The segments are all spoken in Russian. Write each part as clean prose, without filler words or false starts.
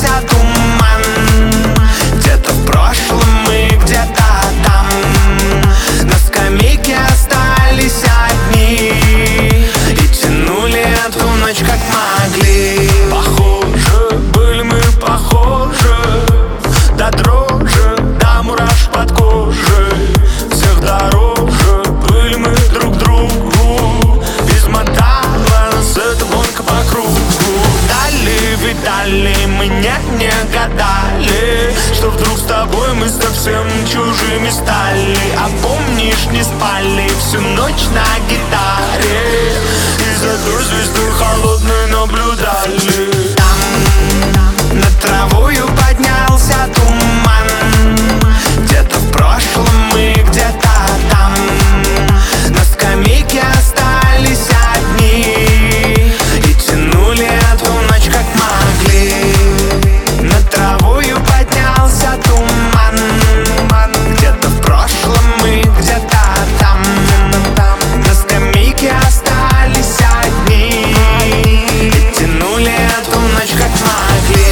поднялся туман. Где-то в прошлом мы где-то там. На скамейке остались одни и тянули эту ночь как могли. Похоже, были мы похожи, до дрожи, до мурашек под кожей. Всех дороже были мы друг другу. Измотала нас эта гонка по кругу. Дали, видали, мы не гадали, что вдруг с тобой мы совсем чужими стали. А помнишь, не спали всю ночь на гитаре и за той звездой холодной наблюдали. Там над травою поднялся туман. Где-то в прошлом мы где-то там. На скамейке остались одни и тянули эту ночь как могли. Над травою поднялся туман. Где-то в прошлом мы где-то там. На скамейке остались одни и тянули эту ночь как могли.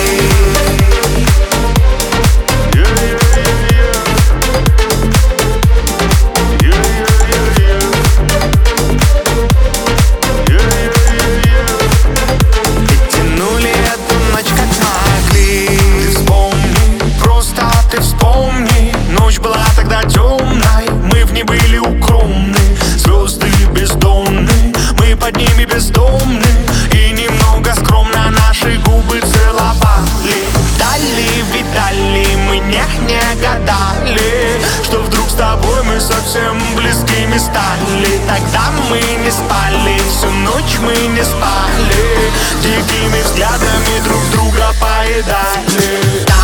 Ночь была тогда темной, мы в ней были укромны. Звезды бездонны, мы под ними бездомны. И немного скромно наши губы целовали. Дали, видали, мы не гадали, что вдруг с тобой мы совсем близкими стали. Тогда мы не спали, всю ночь мы не спали. Дикими взглядами друг друга поедали.